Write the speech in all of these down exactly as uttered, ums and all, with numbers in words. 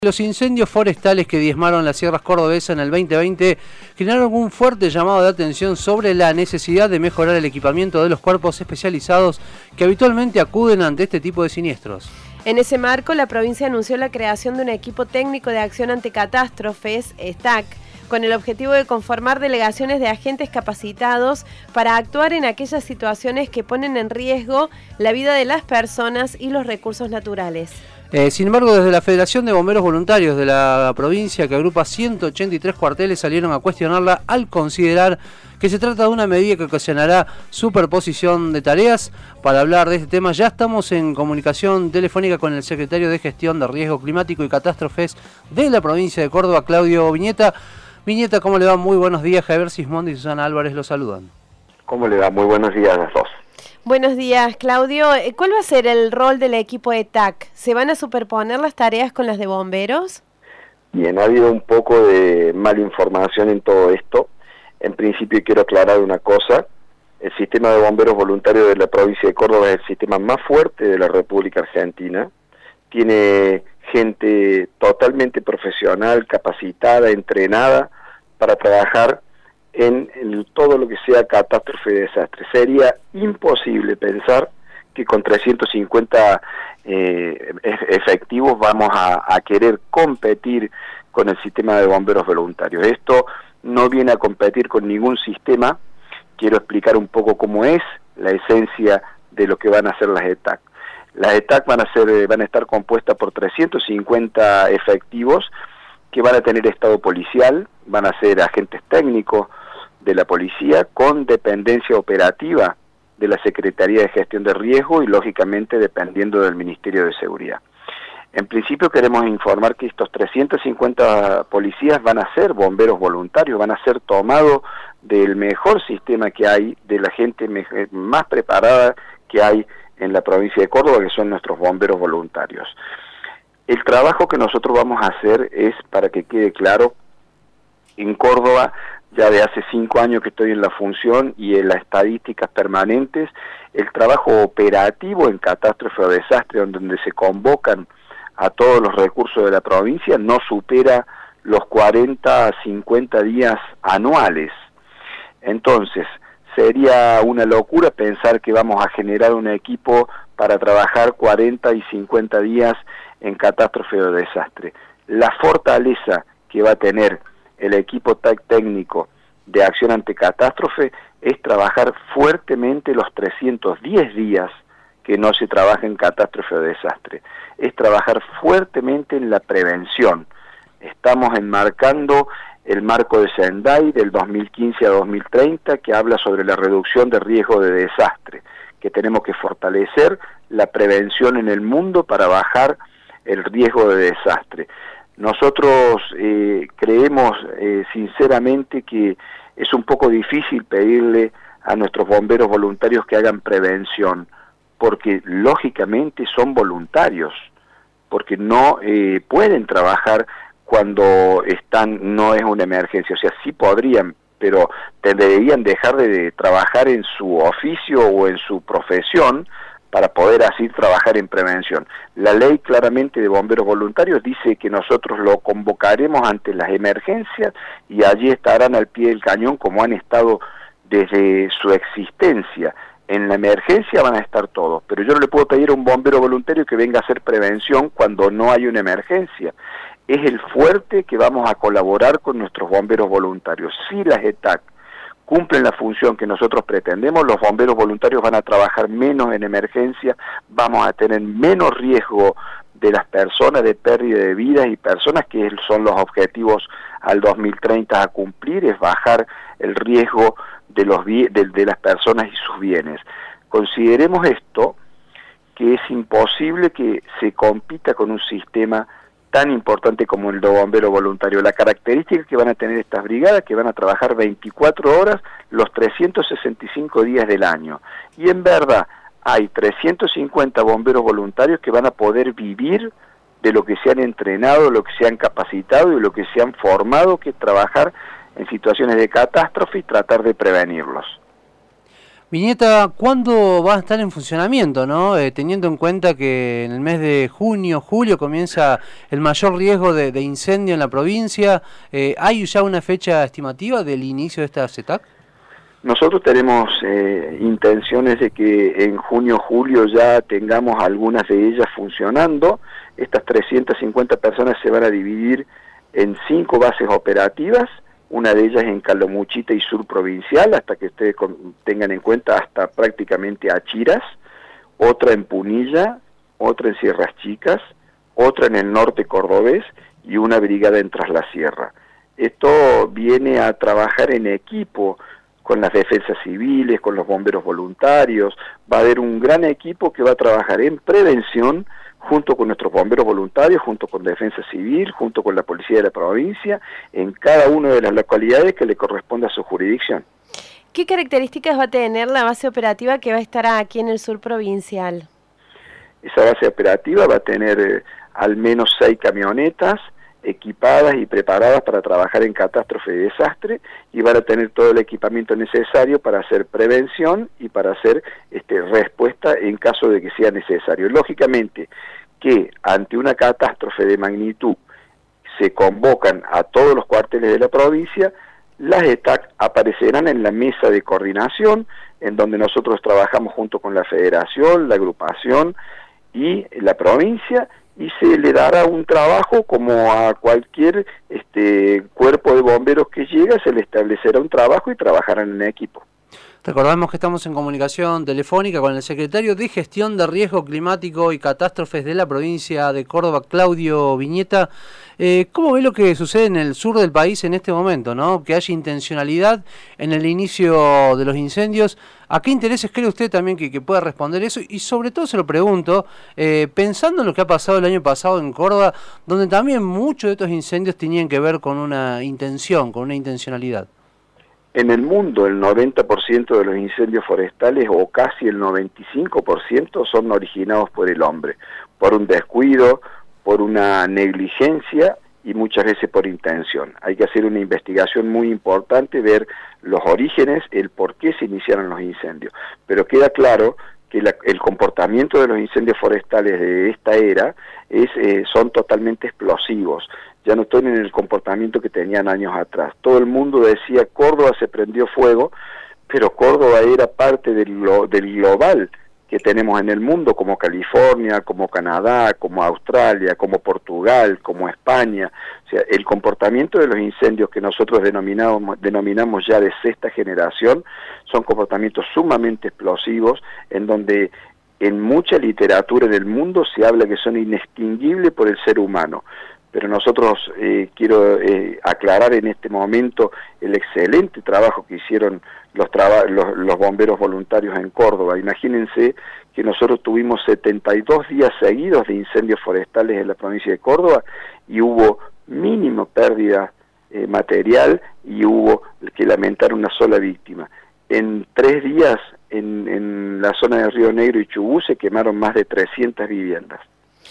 Los incendios forestales que diezmaron las sierras cordobesas en el veinte veinte generaron un fuerte llamado de atención sobre la necesidad de mejorar el equipamiento de los cuerpos especializados que habitualmente acuden ante este tipo de siniestros. En ese marco, la provincia anunció la creación de un equipo técnico de acción ante catástrofes, E T A C, con el objetivo de conformar delegaciones de agentes capacitados para actuar en aquellas situaciones que ponen en riesgo la vida de las personas y los recursos naturales. Eh, sin embargo, desde la Federación de Bomberos Voluntarios de la provincia, que agrupa ciento ochenta y tres cuarteles, salieron a cuestionarla al considerar que se trata de una medida que ocasionará superposición de tareas. Para hablar de este tema ya estamos en comunicación telefónica con el secretario de Gestión de Riesgo Climático y Catástrofes de la provincia de Córdoba, Claudio Viñeta. Viñeta, ¿cómo le va? Muy buenos días. Javier Sismondi y Susana Álvarez lo saludan. ¿Cómo le va? Muy buenos días a las dos. Buenos días, Claudio. ¿Cuál va a ser el rol del equipo E T A C? ¿Se van a superponer las tareas con las de bomberos? Bien, ha habido un poco de mala información en todo esto. En principio quiero aclarar una cosa. El sistema de bomberos voluntarios de la provincia de Córdoba es el sistema más fuerte de la República Argentina. Tiene gente totalmente profesional, capacitada, entrenada para trabajar en el, todo lo que sea catástrofe y desastre. Sería imposible pensar que con trescientos cincuenta eh, efectivos vamos a, a querer competir con el sistema de bomberos voluntarios. Esto no viene a competir con ningún sistema. Quiero explicar un poco cómo es la esencia de lo que van a hacer las E T A C. Las E T A C van a, ser, van a estar compuestas por trescientos cincuenta efectivos que van a tener estado policial, van a ser agentes técnicos de la policía con dependencia operativa de la Secretaría de Gestión de Riesgo y lógicamente dependiendo del Ministerio de Seguridad. En principio queremos informar que estos trescientos cincuenta policías van a ser bomberos voluntarios, van a ser tomados del mejor sistema que hay, de la gente más preparada que hay en la provincia de Córdoba, que son nuestros bomberos voluntarios. El trabajo que nosotros vamos a hacer es, para que quede claro, en Córdoba, ya de hace cinco años que estoy en la función y en las estadísticas permanentes, el trabajo operativo en catástrofe o desastre, donde se convocan a todos los recursos de la provincia, no supera los cuarenta a cincuenta días anuales. Entonces, sería una locura pensar que vamos a generar un equipo para trabajar cuarenta y cincuenta días en catástrofe o desastre. La fortaleza que va a tener el equipo técnico de acción ante catástrofe es trabajar fuertemente los trescientos diez días que no se trabaja en catástrofe o desastre. Es trabajar fuertemente en la prevención. Estamos enmarcando el marco de Sendai del dos mil quince a dos mil treinta, que habla sobre la reducción de riesgo de desastre, que tenemos que fortalecer la prevención en el mundo para bajar el riesgo de desastre. Nosotros eh, creemos eh, sinceramente que es un poco difícil pedirle a nuestros bomberos voluntarios que hagan prevención, porque lógicamente son voluntarios, porque no eh, pueden trabajar cuando están, no es una emergencia, o sea, sí podrían, pero deberían dejar de trabajar en su oficio o en su profesión para poder así trabajar en prevención. La ley claramente de bomberos voluntarios dice que nosotros lo convocaremos ante las emergencias y allí estarán al pie del cañón como han estado desde su existencia. En la emergencia van a estar todos, pero yo no le puedo pedir a un bombero voluntario que venga a hacer prevención cuando no hay una emergencia. Es el fuerte que vamos a colaborar con nuestros bomberos voluntarios. Si las E T A C cumplen la función que nosotros pretendemos, los bomberos voluntarios van a trabajar menos en emergencia, vamos a tener menos riesgo de las personas, de pérdida de vidas y personas, que son los objetivos al dos mil treinta a cumplir, es bajar el riesgo de, los, de, de las personas y sus bienes. Consideremos esto, que es imposible que se compita con un sistema tan importante como el de bombero voluntario. La característica que van a tener estas brigadas, que van a trabajar veinticuatro horas los trescientos sesenta y cinco días del año. Y en verdad hay trescientos cincuenta bomberos voluntarios que van a poder vivir de lo que se han entrenado, lo que se han capacitado y lo que se han formado, que es trabajar en situaciones de catástrofe y tratar de prevenirlos. Viñeta, ¿cuándo va a estar en funcionamiento, no? Eh, teniendo en cuenta que en el mes de junio, julio comienza el mayor riesgo de, de incendio en la provincia, eh, ¿hay ya una fecha estimativa del inicio de esta CETAC? Nosotros tenemos eh, intenciones de que en junio, julio ya tengamos algunas de ellas funcionando. Estas trescientas cincuenta personas se van a dividir en cinco bases operativas. Una de ellas en Calomuchita y sur provincial, hasta que ustedes tengan en cuenta hasta prácticamente Achiras, otra en Punilla, otra en Sierras Chicas, otra en el norte cordobés y una brigada en Tras la Sierra. Esto viene a trabajar en equipo con las defensas civiles, con los bomberos voluntarios. Va a haber un gran equipo que va a trabajar en prevención junto con nuestros bomberos voluntarios, junto con Defensa Civil, junto con la Policía de la provincia, en cada una de las localidades que le corresponda a su jurisdicción. ¿Qué características va a tener la base operativa que va a estar aquí en el sur provincial? Esa base operativa va a tener eh, al menos seis camionetas equipadas y preparadas para trabajar en catástrofe y desastre, y van a tener todo el equipamiento necesario para hacer prevención y para hacer este, respuesta en caso de que sea necesario. Lógicamente que ante una catástrofe de magnitud se convocan a todos los cuarteles de la provincia, las E T A C aparecerán en la mesa de coordinación, en donde nosotros trabajamos junto con la federación, la agrupación y la provincia, y se le dará un trabajo como a cualquier este cuerpo de bomberos que llega, se le establecerá un trabajo y trabajarán en equipo. Recordamos que estamos en comunicación telefónica con el secretario de Gestión de Riesgo Climático y Catástrofes de la provincia de Córdoba, Claudio Viñeta. Eh, ¿Cómo ve lo que sucede en el sur del país en este momento, ¿no? Que haya intencionalidad en el inicio de los incendios. ¿A qué intereses cree usted también que, que pueda responder eso? Y sobre todo se lo pregunto, eh, pensando en lo que ha pasado el año pasado en Córdoba, donde también muchos de estos incendios tenían que ver con una intención, con una intencionalidad. En el mundo, el noventa por ciento de los incendios forestales, o casi el noventa y cinco por ciento, son originados por el hombre, por un descuido, por una negligencia y muchas veces por intención. Hay que hacer una investigación muy importante, ver los orígenes, el por qué se iniciaron los incendios. Pero queda claro que la, el comportamiento de los incendios forestales de esta era es, eh, son totalmente explosivos. Ya no están en el comportamiento que tenían años atrás. Todo el mundo decía, Córdoba se prendió fuego, pero Córdoba era parte del, del global que tenemos en el mundo, como California, como Canadá, como Australia, como Portugal, como España. O sea, el comportamiento de los incendios que nosotros denominamos, denominamos ya de sexta generación son comportamientos sumamente explosivos, en donde en mucha literatura del mundo se habla que son inextinguibles por el ser humano. Pero nosotros eh, quiero eh, aclarar en este momento el excelente trabajo que hicieron los, traba los, los bomberos voluntarios en Córdoba. Imagínense que nosotros tuvimos setenta y dos días seguidos de incendios forestales en la provincia de Córdoba y hubo mínima pérdida eh, material y hubo que lamentar una sola víctima. En tres días en, en la zona de Río Negro y Chubut se quemaron más de trescientas viviendas.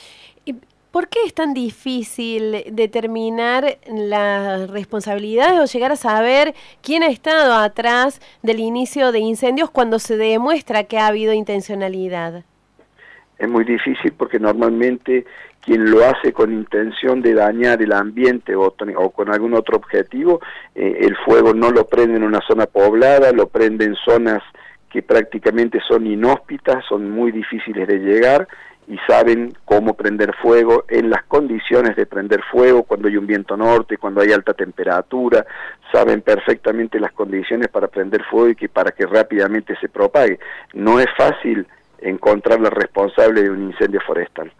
¿Por qué es tan difícil determinar las responsabilidades o llegar a saber quién ha estado atrás del inicio de incendios cuando se demuestra que ha habido intencionalidad? Es muy difícil porque normalmente quien lo hace con intención de dañar el ambiente o, o con algún otro objetivo, eh, el fuego no lo prende en una zona poblada, lo prende en zonas que prácticamente son inhóspitas, son muy difíciles de llegar, y saben cómo prender fuego, en las condiciones de prender fuego, cuando hay un viento norte, cuando hay alta temperatura, saben perfectamente las condiciones para prender fuego y que para que rápidamente se propague. No es fácil encontrar la responsable de un incendio forestal.